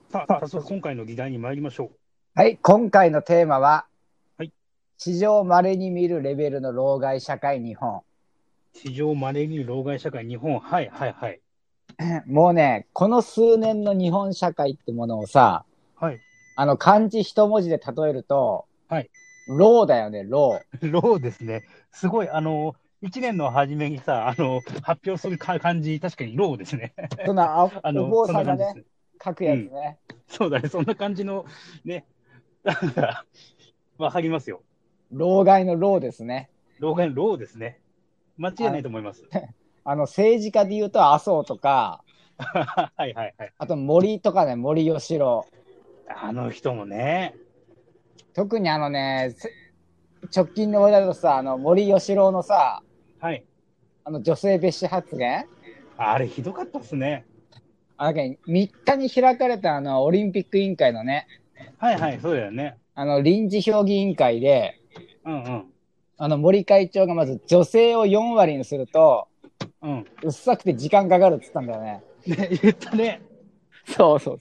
さあ、早速今回の議題に参りましょう。 はい、今回のテーマは、 はい。 史上稀に見るレベルの老害社会日本。 史上稀に見る老害社会、日本。はいはいはい。 もうね、この数年の日本社会ってものをさ、 はい。 漢字一文字で例えると、 はい。 老だよね、老。 老ですね。すごい、一年の初めにさ、発表する感じ、確かに老ですね。 お坊そんさんがね、 な感じですね。 書くうん。 やつね。 そうだね。そんな感じの、ね、なんか、わかりますよ。 老害の老ですね。 老害の老ですね。間違いあの、 ないと思います。 政治家で言うと麻生とか、 はいはいはい。 あと森とかね、森喜朗。 あの人もね、 特に直近の話題だとさ、森喜朗のさ、 はい。 女性蔑視発言。 あれひどかったっすね。 3日に開かれたオリンピック委員会のね、 はいはい、そうだよね。 臨時評議委員会で、 うんうん。 森会長がまず女性を4割にすると、 うん。 うっさくて時間かかるって言ったんだよね。 ね、言ったね。 そうそう。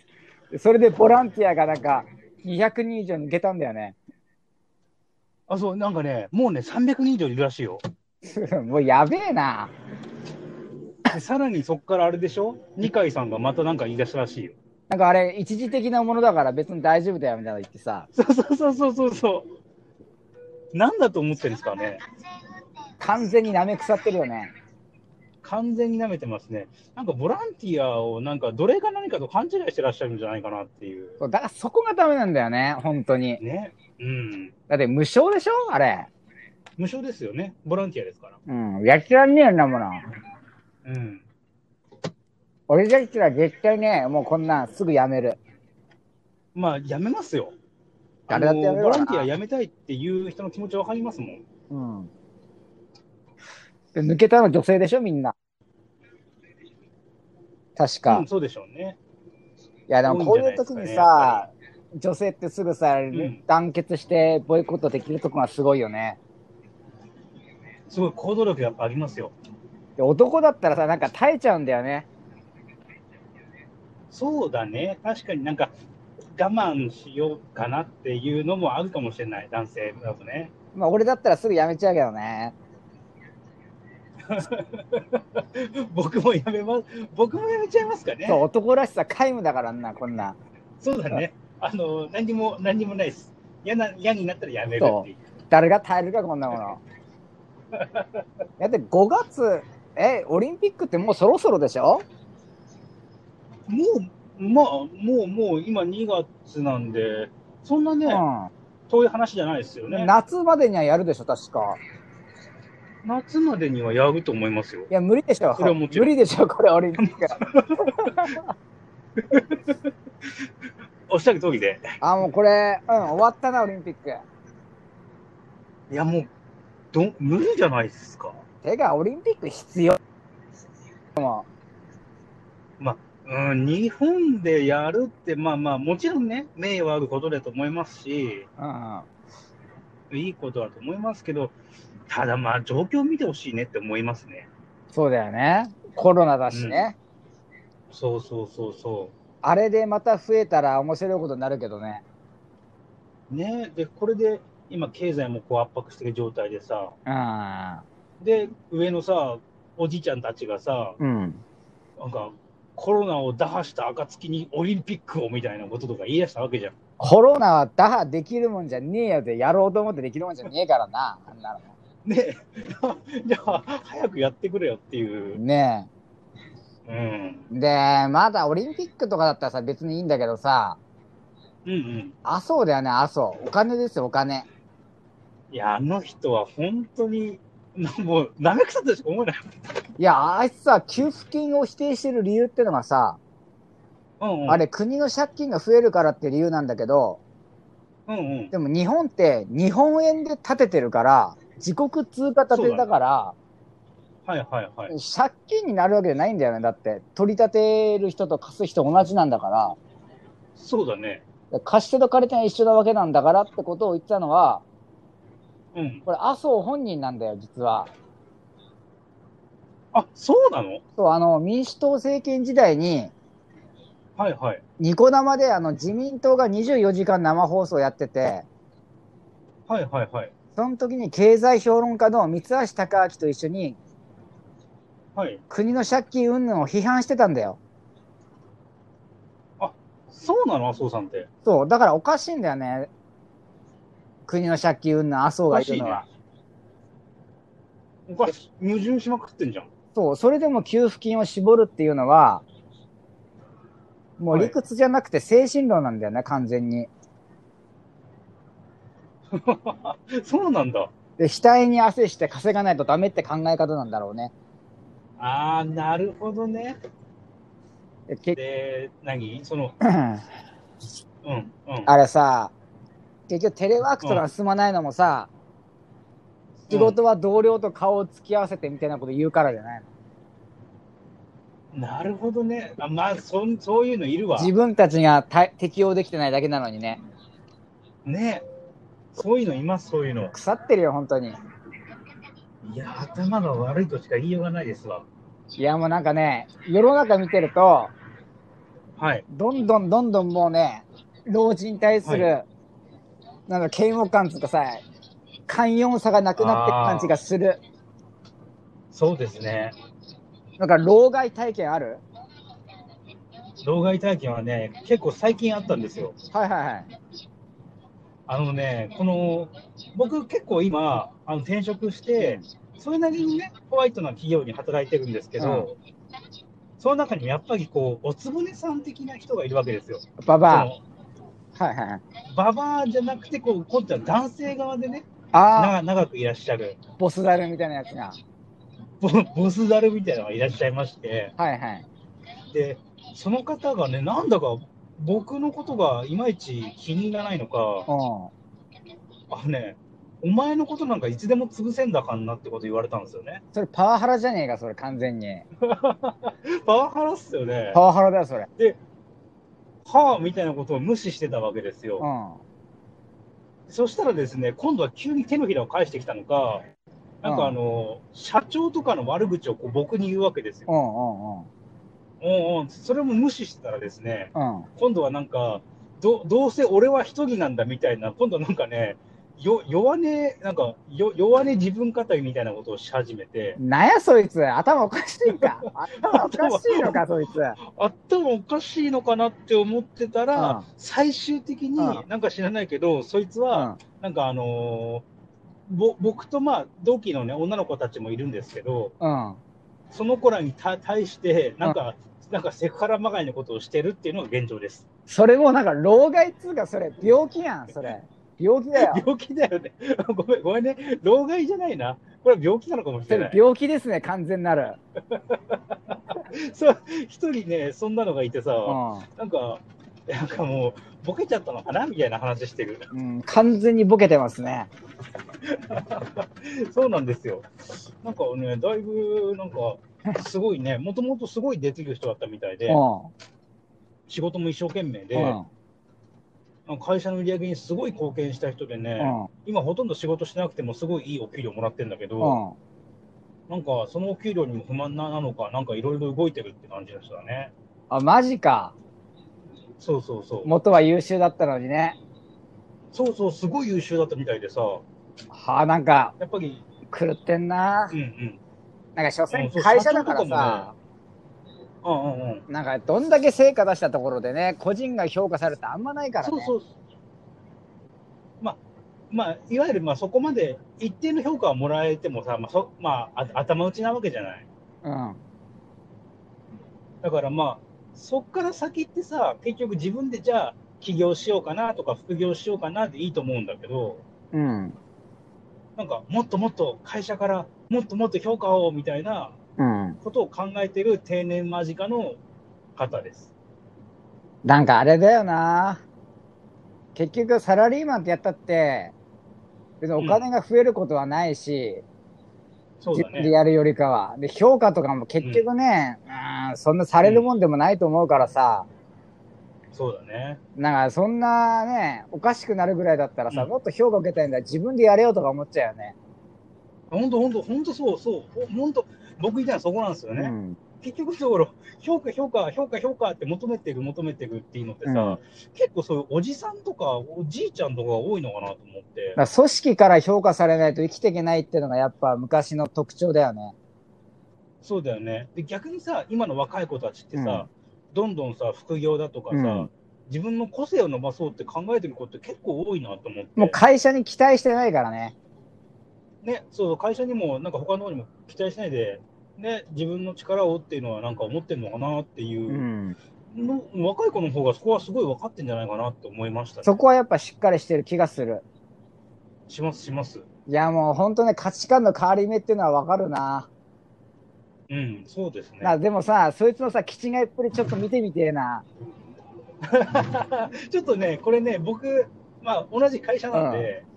それでボランティアがなんか200人以上抜けたんだよね。 あ、そう、なんかね、もうね、300人以上いるらしいよ。 もうやべえな。 で、さらにそこからあれでしょ、二階さんがまたなんか言い出したらしいよ。 なんかあれ、一時的なものだから別に大丈夫だよみたいなの言ってさ、 そうそうそうそうそうそう。なんだと思ってるんですかね。 完全に舐め腐ってるよね。 完全に舐めてますね。なんかボランティアをなんかどれが何かと勘違いしてらっしゃるんじゃないかなっていう。 そうだからそこがダメなんだよね、本当に。 ね。うん。 だって無償でしょあれ。 無償ですよね。ボランティアですから。 うん、やってらんねえよなもの。 うん。 俺たちは絶対ね、もうこんなんすぐやめる。 まあ、やめますよ。 誰だってやめるボランティアわな。 やめたいっていう人の気持ちわかりますもん。 うん。で抜けたの女性でしょみんな。確か。 うん、そうでしょうね。 いや、でも多いんじゃこういう時にないですかね、やっぱり。 さ、女性ってすぐさ、 うん。 団結してボイコットできるとこがすごいよね。 すごい行動力やっぱありますよ。 で男だったらさ、なんか耐えちゃうんだよね。 そうだね。確かになんか我慢しようかなっていうのもあるかもしれない、男性だとね。 まあ俺だったらすぐやめちゃうけどね。 僕もやめます。僕もやめちゃいますかそう、 ね。 男らしさ皆無だからな、こんな。 そうだね。何にもないです。嫌になったらやめるっそう。 ていう。 誰が耐えるか、こんなもの。だって5月、オリンピックってもうそろそろでしょ？ ももう今2月なんで、そんなね、 う遠い話じゃないですよん。 ね。 夏までにはやるでしょ、確か。 夏までにはやると思いますよ。 いや、無理でしそれはょ。 もちろん。 無理でしょ、これ、オリンピック。 おっしゃる通りで。 あ、もうこれ、終わったな、オリンピック。 いや、もう、無理じゃないですか。 てか、オリンピック必要。 まあ、うん、日本でやるって、まあまあ、もちろんね、名誉あることだと思いますし、 うん。 いいことだと思いますけど、ただまあ、状況を見てほしいねって思いますね。 そうだよね。コロナだうん。 しね。 そうそうそうそあれでまた増えたら面白いことになるけどね。 う。ね、で、これで、今、経済もこう圧迫してる状態でさ、 うん。 で、上のさ、おじいちゃんたちがさ、 うん。 なんか、コロナを打破した暁にオリンピックをみたいなこととか言い出したわけじゃん。 コロナは打破できるもんじゃねえよってやろうと思ってできるもんじゃねえからな。あんなの。 ねじゃあ、早くやってくれよっていう。 ねうん。 え。で、まだオリンピックとかだったらさ、別にいいんだけどさ、 うんうん。 麻生だよね、麻生。お金ですよ、お金。 いや、あの人は本当に、もう、なめくさとしか思えない。 いや、あいつさ、給付金を否定してる理由ってのがさ、 うんうん。 あれ、国の借金が増えるからって理由なんだけど、 うんうん。 でも日本って日本円で建ててるから、自国通貨建てだそうだね。 から、 はいはいはい。 借金になるわけじゃないんだよね。だって、取り立てる人と貸す人同じなんだかそうだね。 ら、貸し手と借り手が一緒なわけなんだからってことを言ってたのは、 うん。 これ麻生本人なんだよ、実は。 あ、そうなの？ そう、民主党政権時代に、 はいはい。 ニコ生で自民党が24時間生放送やってて、 はいはいはい。 その時に経済評論家の三橋貴明と一緒にはい。 国の借金云々を批判してたんだよ。 あ、そうなの麻生さんって。 そう、だからおかしいんだよね。国の借金云々、麻生おがかしいね。 いるのは。 おかしい。矛盾しまくってんじゃん。 そう、それでも給付金を絞るっていうのは、もうはい。 理屈じゃなくて精神論なんだよね、完全に。 そうなんだ。 で、額に汗して稼がないとダメって考え方なんだろうね。 ああ、なるほどね。 で、けで、何その、うん、うん、 あれさ、結局テレワークうん、 とか進まないのもさ、仕うん。 事は同僚と顔を突き合わせてみたいなこと言うからじゃないの。 なるほどね。あ、まあ、そういうのいるわ。 自分たちが適応できてないだけなのにね。 ね。そういうのいます、そういうの。 腐ってるよ、本当に。 いや、頭が悪いとしか言いようがないですわ。 いや、もうなんかね、世の中見てると、 はい、 どんどんどんどんもうね、老人に対すはい。 る、なんか嫌悪感とかさ、寛容さがなくなってる感じああ、 がする。 そうですね。 なんか老害体験ある？ 老害体験はね、結構最近あったんですよ。 はいはいはい。 あのね、僕結構今、転職して、 うん。 それなりにね、ホワイトな企業に働いてるんですけうん。 ど、その中にやっぱりこう、おつぼねさん的な人がいるわけですよ。 ババその、 ア。はいはいはい。 ババアじゃなくて、こう、今度は男性側でね、 ああ、 長くいらっしゃる、 ボスザルみたいなやつが。 ボスザルみたいなのがいらっしゃいまして、 はいはい。 で、その方がね、なんだか僕のことがいまいち気に入らないのか、 うん。 お前のことなんかいつでも潰せんだかんなってこと言われたんですよね。 それパワハラじゃねえか、それ完全に。 パワハラっすよね。 パワハラだよ、それ。 で、はあみたいなことを無視してたわけですよ。 うん。うん。 そしたらですね、今度は急に手のひらを返してきたのか、なんかうん。 社長とかの悪口をこう僕に言うわけですよ。 うん。うん。 おうおうそれも無視してたらですね、 うん。 今度はなんか、どうせ俺は一人なんだみたいな、今度はなんかね、弱音自分語りみたいなことをし始めて、 なんやそいつ、頭おかしいんか。頭おか頭、 しいのか、そいつ。うん。 頭おかしいのかなって思ってたら、 うん。 最終的になんか知らないけど、そいつは、 うん。 なんか僕とまあ同期のね、女の子たちもいるんですけど、 うん。 その子らに対して、 うん。 なんかセクハラまがいのことをしてるっていうのが現状です。 それもなんか、老害っつうか、それ、病気やん、それ。病気だよ。 病気だよね。ごめんね。老害じゃないな。これは病気なのかもしそれ、 れない。 病気ですね、完全なる。 そう、一人ね、そんなのがいてさ、 うん。 なんか、なんかもう、ボケちゃったのかなみたいな話してる。 うん、完全にボケてますね。 そうなんですよ。なんかね、だいぶ、なんか、すごいね、もともとすごいできる人だったみたいで、 うん。 仕事も一生懸命で、 うん。 会社の売り上げにすごい貢献した人でね、 うん。 今ほとんど仕事しなくてもすごいいいお給料もらってるんだけど、 うん。 なんかそのお給料にも不満なのか、なんかいろいろ動いてるって感じでしたね。 あ、マジか。 そうそうそう。 元は優秀だったのにね。 そうそう、すごい優秀だったみたいでさ、 はあ、なんか、 やっぱり、 狂ってんな。 うんなんか、所うん。 詮そう、 会社だか社長とかもね、 らさ、 うんうんうん。 なんか、どんだけ成果出したところでね、個人が評価されるってあんまないからね。 そうそう。まあ、いわゆるまあそこまで一定の評価をもらえてもさ、頭打ちなわけじゃない。 うん。 だからまあ、そっから先ってさ、結局自分でじゃあ起業しようかなとか副業しようかなでいいと思うんだけど、 うん。 なんかもっともっと会社からもっともっと評価をみたいなうん。 ことを考えてる定年間近の方です。 なんかあれだよな。結局、サラリーマンってやったって、別におうん、 金が増えることはないし、自そうだね。 分でやるよりかは。で、評価とかも結うん、 局ね、そんなされるうん、 もんでもないと思うからさ、 そうだね。 なんかそんなね、おかしくなるぐらいだったらさ、 うん。 もっと評価受けたいんだ。自分でやれよとか思っちゃうよね。 本当そう、僕言いたいのはそこなんですよね。 うん。 結局だから、評価、評価、評価、評価って求めていく、求めていくっていうのってさ、 うん結構そういうおじさんとか、おじいちゃんとかが多いのかなと思って。 だから組織から評価されないと生きていけないっていうのがやっぱ昔の特徴だよね。 そうだよね。で、逆にさ、今の若い子たちってさ、 うん。 どんどんさ、副業だとかさ、 うん。 自分の個性を伸ばそうって考えてる子って結構多いなと思っもうて。 会社に期待してないからね。 ね、そう、会社にも、なんか他の方にも期待しないで、ね、自分の力をっていうのはなんか思ってるのかなっていううんの、若い子の方がそこはすごい分かってんじゃないかなって思いましたね。 そこはやっぱしっかりしてる気がする。 します、します。 いやもう本当ね、価値観の変わり目っていうのはわかるな。 うん、そうですね。 でもさ、そいつのさ、気違いっぷりちょっと見てみてえな。 ちょっとね、これね、僕、まあ、同じ会社うん。 なんで、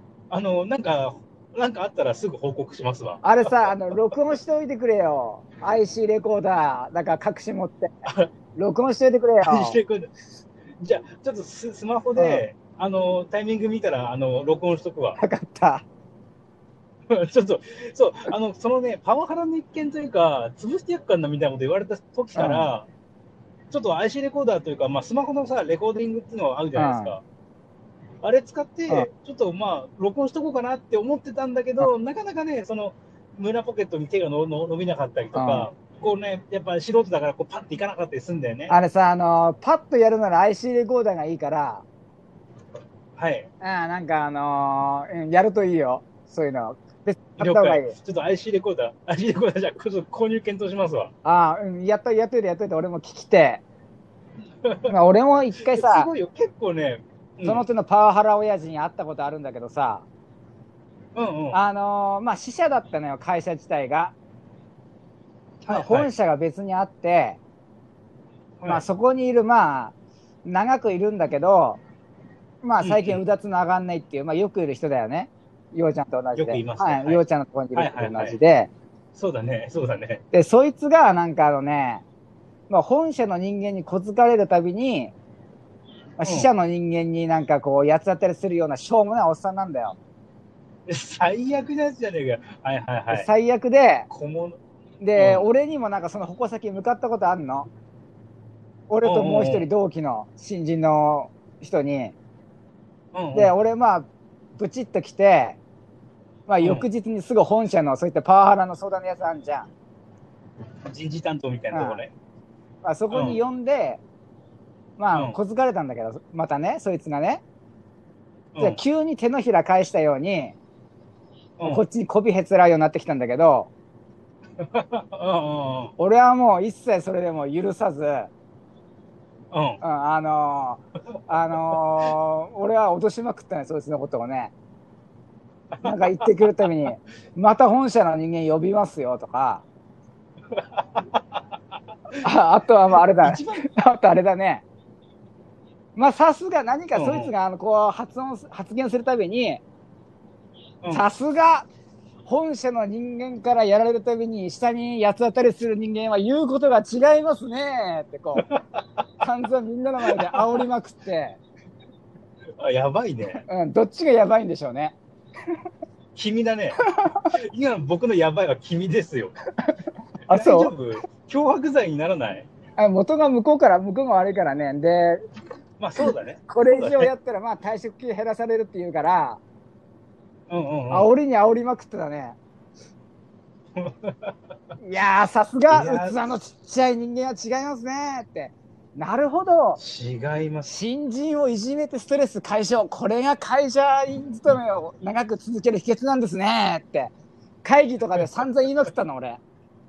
なんかあったらすぐ報告しますわ。 あれさ、録音しておいてくれよ。IC レコーダー、だから隠し持って。録音しておいてくれよ。 じゃあ、ちょっとスマホうん。 で、タイミング見たら、録音しとくわ。 わかった。 ちょっと、そう、そのね、パワハラの一件というか、潰してやっかんなみたいなこと言われた時うん。 から、ちょっと IC レコーダーというか、まあ、スマホのさ、レコーディングっていうのがあるじうん。 ゃないですか。あれ使っうん。 て、ちょっとまあ、録音しとこうかなって思ってたんだけど、なかなかね、その、胸ポケットに手が伸びなかったりうん。 とか、こうね、やっぱ素人だから、こう、パッていかなかったりするんだよね。 あれさ、パッとやるなら IC レコーダーがいいから、 はい。 なんかやるといいよ。そういうの。別に買っ了解。 た方がいい。 ちょっと IC レコーダーじゃあ、ちょっと購入検討しますわ。 うん、やっといて、俺も聞きて。まあ、俺も一回さ、 すごいよ。結構ね、うん。 その手のパワハラ親父に会ったことあるんだけどさ、 うんうん。 まあ、支社だったのよ、会社自体が。まあ、 はいはい。 本社が別にあって、まあ、 はい。 そこにいる、まあ、長くいるんだけど、まあ、 うんうん。 最近うだつの上がんないっていう、まあ、よくいる人だよね。ようちゃんと同じよくで。 言いますね。 はい、 はい。 ようちゃんのところにいるはい人とはいはい。 同じで、 そうだね。そうだね。 で、そいつが、なんかまあ、本社の人間に小づかれるたびに、まあ、 うん。 支社の人間になんかこう、八つ当たりするようなしょうもないおっさんなんだよ。 最悪なやつじゃねえかよ。はいはいはい。 最悪で、 小物。 で、 うん。 俺にもなんかその矛先向かったことあんの。俺うんうともう一人んうん。 同期の新人の人に。で、 うんうん。 俺まあ、ブチッと来て、まあうん。 翌日にすぐ本社のそういったパワハラの相談のやつあんじゃん。 人事担当みたいうん。 なとこね。 まあそこにうん。 呼んで、まあうん。 小づかれたんだけど、またね、そいつがね。じゃあうん。 急に手のひら返したように、 うん。 こっちに媚びへつらうようになってきたんだけど、 うんうん俺はもう一切それでも許さず、 うん。 うん、俺は脅しまくったね、そいつのことをね。なんか言ってくるたびに、また本社の人間呼びますよとか、あとはまああれだ、 一番、 あとあれだね。まあさすが何かそいつうんうん。 がこう発言するたびに、 うん。 さすが本社の人間からやられるたびに下に八つ当たりする人間は言うことが違いますねってこう、散々みんなの前で煽りまくって、 あ、やばいね。 うん、どっちがやばいんでしょうね。 君だね。今僕のやばいは君ですよ。 あ、そう大丈夫？脅迫罪にならない？ 元が向こうが悪いからね。で、 まあそうだね。 これ以そうだね。 上やったらまあ退職金減らされるっていうから、 うんうんうん。 煽りに煽りまくってたね。いやー、さすが器いや、 のちっちゃい人間は違いますねって。なるほど。 違います。 新人をいじめてストレス解消。これが会社員勤めを長く続ける秘訣なんですねって。会議とかで散々言いまくったの、俺。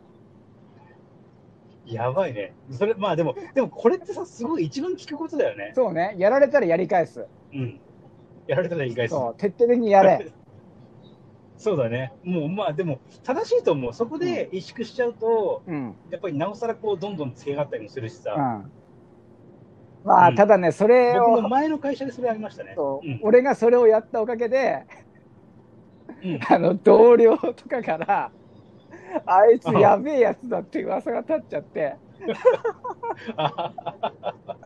やばいね。それ、まあでもこれってさ、すごい一番聞くことだよね。 そうね。やられたらやり返す。 うん。やられたら言い返す。 そう。徹底的にやれ。 そうだね。もうまあでも、正しいと思う。そこうん。 で萎縮しちゃうと、 うん。 やっぱりなおさらこう、どんどんつけがったりもするしさ。 うん。まあ、たうん。 だね、それを、 僕も前の会社でそれありましたね。うん。 俺がそれをやったおかげで、 うん。 同僚とかから、あいつあやべえやつだって噂が立っちゃって、 あ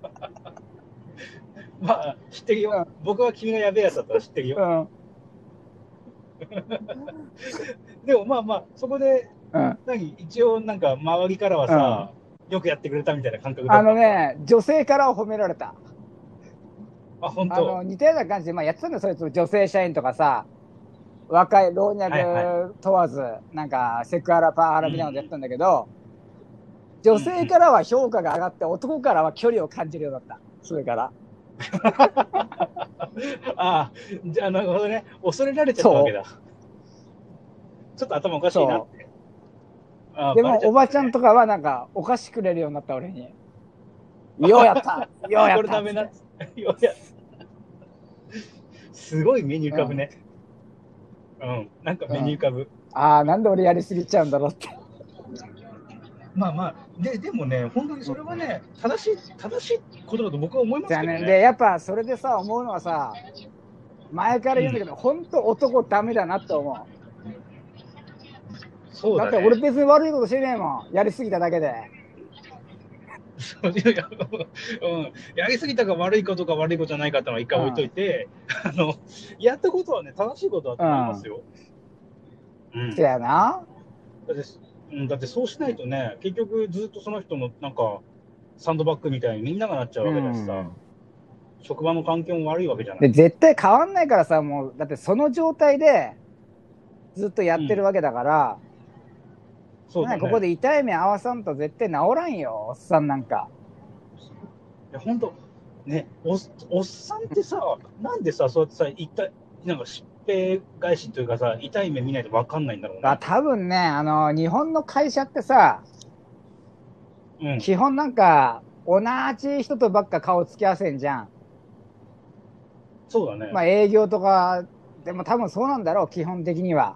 まあ、知ってるよ。 うん、 僕は君がやべえやつだったら知ってるよ。 うん、 でもまあまあ、そこでうん。 一応なんか周りからはさ、よくやってくれたみたいな感覚だった。 女性からは褒められた。 あ、本当。 似たような感じで、まあ、やってたんだよ、そいつ、女性社員とかさ、若い老はいはい。 若問わず、なんかセクハラ、パワハラみたいなことやってたんだけど、女うんうん。 性からは評価が上がって、男からは距離を感じるようになった。それから。 ああ、じゃあなるほどね。恐れられちゃったわけそだ。ちょっと頭おかう、そしいなって。ああ、 う。でバレちゃも、おばちゃんったんだね。 とかはなんか、お菓子くれるようになった、俺に。ようやったようやこれったっつって。 ダメなっつって。すごい目に浮うん。 かぶね。うん。なんかうん。 目に浮かぶ。 ああ、なんで俺やりすぎちゃうんだろうって。 まあまあ、でもね、本当にそれはね、正しいことだと僕は思いまじゃあね、 すけどね。 で、やっぱそれでさ、思うのはさ、前からうん。 言うんだけど、本当男ダメだなって思う。だって俺そうだね。 別に悪いことしてねえもん。やりすぎただけで。 うん、やりすぎたか悪いことか悪いことじゃないかってのは一回置いとうん。 いて、あの、やったことはね、正しいことだとうん。 思いますよ。うん。 そやな。 だって、だってそうしないとね、結局ずっとその人のなんか、サンドバッグみたいにみんながなっちゃううわけだしさ、 ん。 職場の環境も悪いわけじゃなで、 い。 絶対変わんないからさ、もう、だってその状態でずっとやうん。 ってるわけだから、ここそうだね。 で痛い目合わさんと絶対治らんよ、おっさんなんか。 いや、本当ね、おっさんってさ、なんでさ、そうやってさ、なんか疾病返しというかさ、痛い目見ないと分かんないんだろうね。 多分ね、日本の会社ってさ、 うん。 基本なんか、同じ人とばっか顔つき合わせんじゃん。 そうだね。 まあ営業とか、でも多分そうなんだろう、基本的には。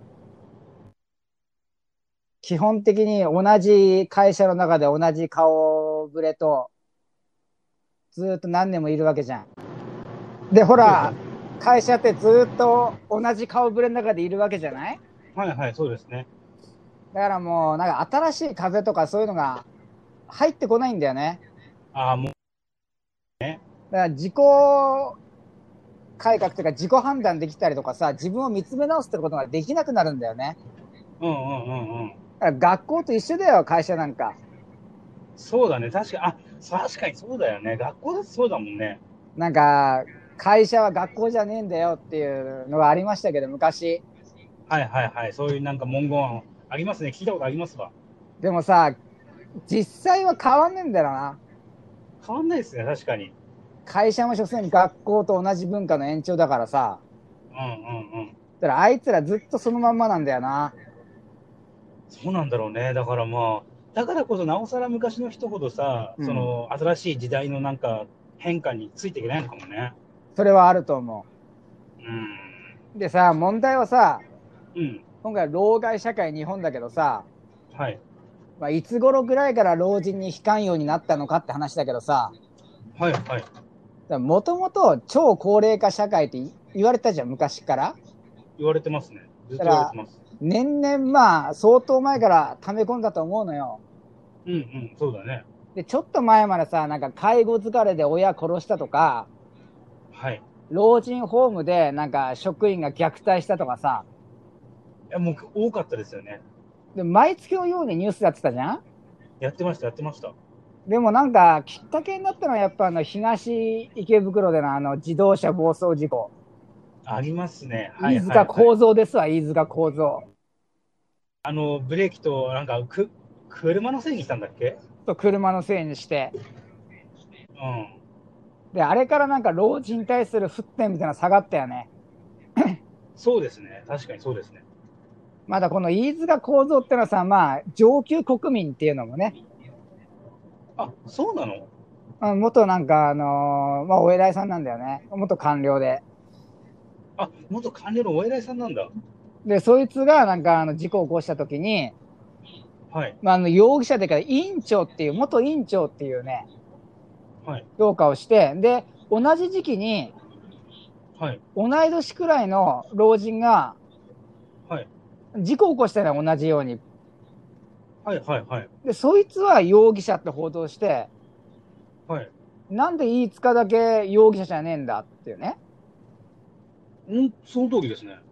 基本的に同じ会社の中で同じ顔ぶれとずっと何年もいるわけじゃん。で、ほら、 そうだね。 会社ってずっと同じ顔ぶれの中でいるわけじゃない。 はいはい、そうですね。 だからもう、なんか新しい風とかそういうのが入ってこないんだよね。 ああ、もうね。 だから自己改革というか自己判断できたりとかさ、自分を見つめ直すってことができなくなるんだよね。 うんうんうんうん。 だから学校と一緒だよ、会社なんか。 そうだね。確かにそうだよね。学校だってそうだもんね。 なんか、会社は学校じゃねえんだよっていうのがありましたけど、昔。 はいはいはい。そういうなんか文言ありますね。聞いたことありますわ。 でもさ、実際は変わんねえんだよな。 変わんないですね。確かに。 会社も所詮学校と同じ文化の延長だからさ。 うんうんうん。 だからあいつらずっとそのまんまなんだよな。 そうなんだろうね。だからまあ、だからこそなおさら昔の人ほどさ、 うん。 新しい時代のなんか変化についていけないのかもね。 それはあると思うん。 う。でさ、問題はさ、 うん。 今回老害社会日本だけどさ、 はい。 まあ、いつ頃ぐらいから老人に非寛容になったのかって話だけどさ、 はいはい。 もともと超高齢化社会って言われたじゃん、昔から。 言われてますね。ずっとだから、 言われてます。 年々まあ、相当前から溜め込んだと思うのよ。 うんうん、そうだね。 で、ちょっと前までさ、なんか介護疲れで親殺したとか、 はい。 老人ホームでなんか職員が虐待したとかさ、 いや、もう多かったですよね。 で毎月のようにニュースやってたじゃん。 やってました、やってました。 でもなんかきっかけになったのはやっぱ東池袋での自動車暴走事故。 ありますね。はい飯塚はいはい。 幸三ですわ、飯塚幸三。 ブレーキと、なんか、車のせいにしたんだっけ。 と車のせいにして。 うん。 で、あれからなんか老人に対する沸点みたいなの下がったよね。 そうですね。確かにそうですね。 まだこの飯塚幸三ってのはさ、まあ上級国民っていうのもね、 あ、そうなの。 元なんかまあお偉いさんなんだよね。元官僚で。 あ、元官僚のお偉いさんなんだ。 で、そいつがなんか事故を起こした時に、 はい。 まあ、容疑者でから委員長っていう、元委員長っていうね、 はい。 評価をして、で、同じ時期に、 はい。 同い年くらいの老人がはい。 事故を起こしたの同じように。 はい。はい。はい。 で、そいつは容疑者って報道して、 はい。 なんで飯塚だけ容疑者じゃねえんだっていうね。 その通りですね。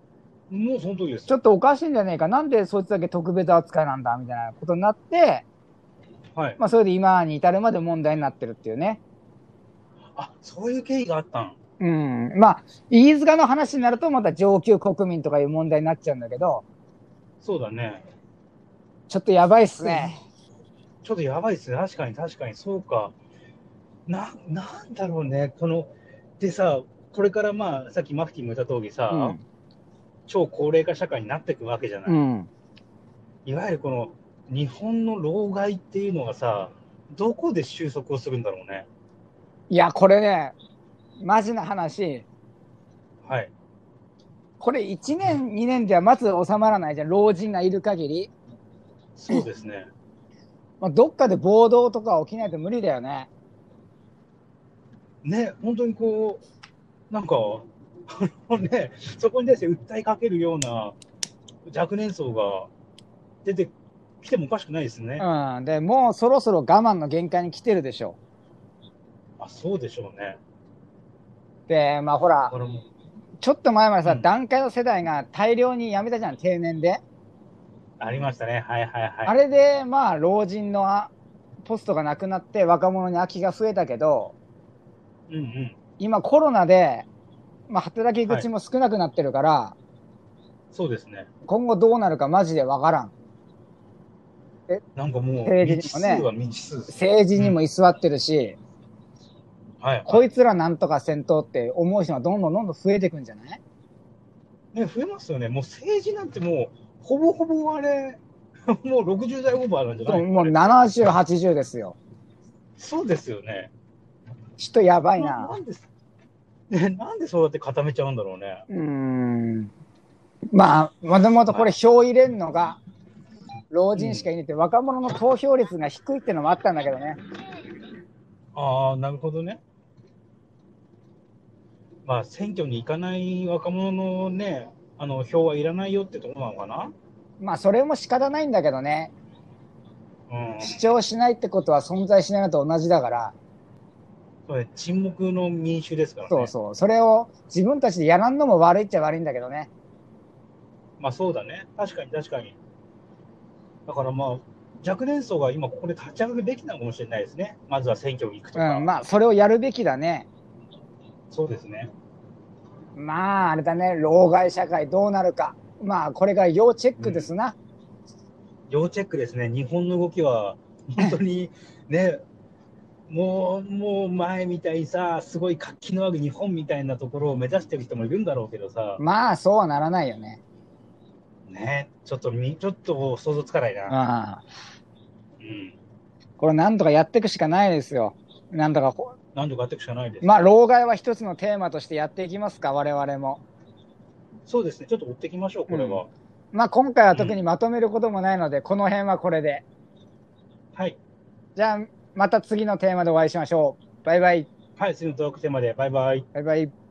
もうその通りです。 ちょっとおかしいんじゃねえか。なんでそいつだけ特別扱いなんだみたいなことになって、 はい。 まあそれで今に至るまで問題になってるっていうね。 あ、そういう経緯があったん。 うん。まあ、飯塚の話になるとまた上級国民とかいう問題になっちゃうんだけど、 そうだね。 ちょっとやばいっすでも、 ね。 ちょっとやばいですね。確かに、確かに、そうか。なんだろうね。でさ、これからまあ、さっきマフティーも言った通りさ、 うん。 超高齢化社会になっていくわけじゃない。 うん。 いわゆる日本の老害っていうのがさ、どこで収束をするんだろうね。 いや、これね、マジな話。 はい。 これ1年、2年ではまず収まらないじゃん。老人がいる限り。 そうですね。 まあ、どっかで暴動とか起きないと無理だよね。 ね、本当になんか、そこにですね、訴えかけるような若年層が出てきてもおかしくないですね。 うん。で、もうそろそろ我慢の限界に来てるでしょ。 あ、そうでしょうね。 で、まあほら、 だからもちょっと前までう、うさ、 ん、 団塊の世代が大量に辞めたじゃん、定年で。 ありましたね。はいはいはい。 あれで、まあ、老人のポストがなくなって若者に空きが増えたけど、 うんうん。 今コロナで、まあ、働きはい。 口も少なくなってるから、 そうですね。 今後どうなるかマジでわからん。で、 なんかもう、 政治未にもね、 知数は未知数ですね。 政治にもうん。 居座ってるし、こはいはい。 いつらなんとか戦闘って思う人がどんどんどんどん増えていくんじゃない？ ね、増えますよね。もう政治なんてもう、ほぼほぼあれ、もう60代オーバーなんじゃそう、 ないのもうあれって。 70、80ですよ。 そうですよね。 ちょっとやばいな。 なんです、ね、なんでそうやって固めちゃうんだろうね。 うーん。まあ、もともとこれはい。 票入れんのが老うん。 人しかいないって若者の投票率が低いってのもあったんだけどね。 ああ、なるほどね。まあ、選挙に行かない若者のね、票はいらないよってところなのかな。 まあ、それも仕方ないんだけどね。 うん。 主張しないってことは存在しないのと同じだから、 それ沈黙の民衆ですからね。 そうそう。それを自分たちでやらんのも悪いっちゃ悪いんだけどね。 まあそうだね。確かに確かに。だからまあ、若年層が今ここで立ち上がるべきなのかもしれないですね。まずは選挙に行くとうん、 か。 まあ、それをやるべきだね。 そうですね。 まあ、あれだね。老害社会どうなるか。まあ、これが要チェッうん。 クですな。 要チェックですね。日本の動きは、本当にね、もう前みたいにさ、すごい活気のある日本みたいなところを目指してる人もいるんだろうけどさ、 まあ、そうはならないよね。 ね、ちょっと想像つかないな。 うん。 うん。 これなんとかやっていくしかないですよ。なんとか何度かやっていくしかないですまあ、 ね。 老害は一つのテーマとしてやっていきますか、我々も。 そうですね。ちょっと追っていきましょう、 うん。 これは。 まあ、今回はうん。 特にまとめることもないので、この辺はこれで。 はい。 じゃあ、また次のテーマでお会いしましょう。バイバイ。 はい、次のトークテーマで、バイバイ。 バイバイ。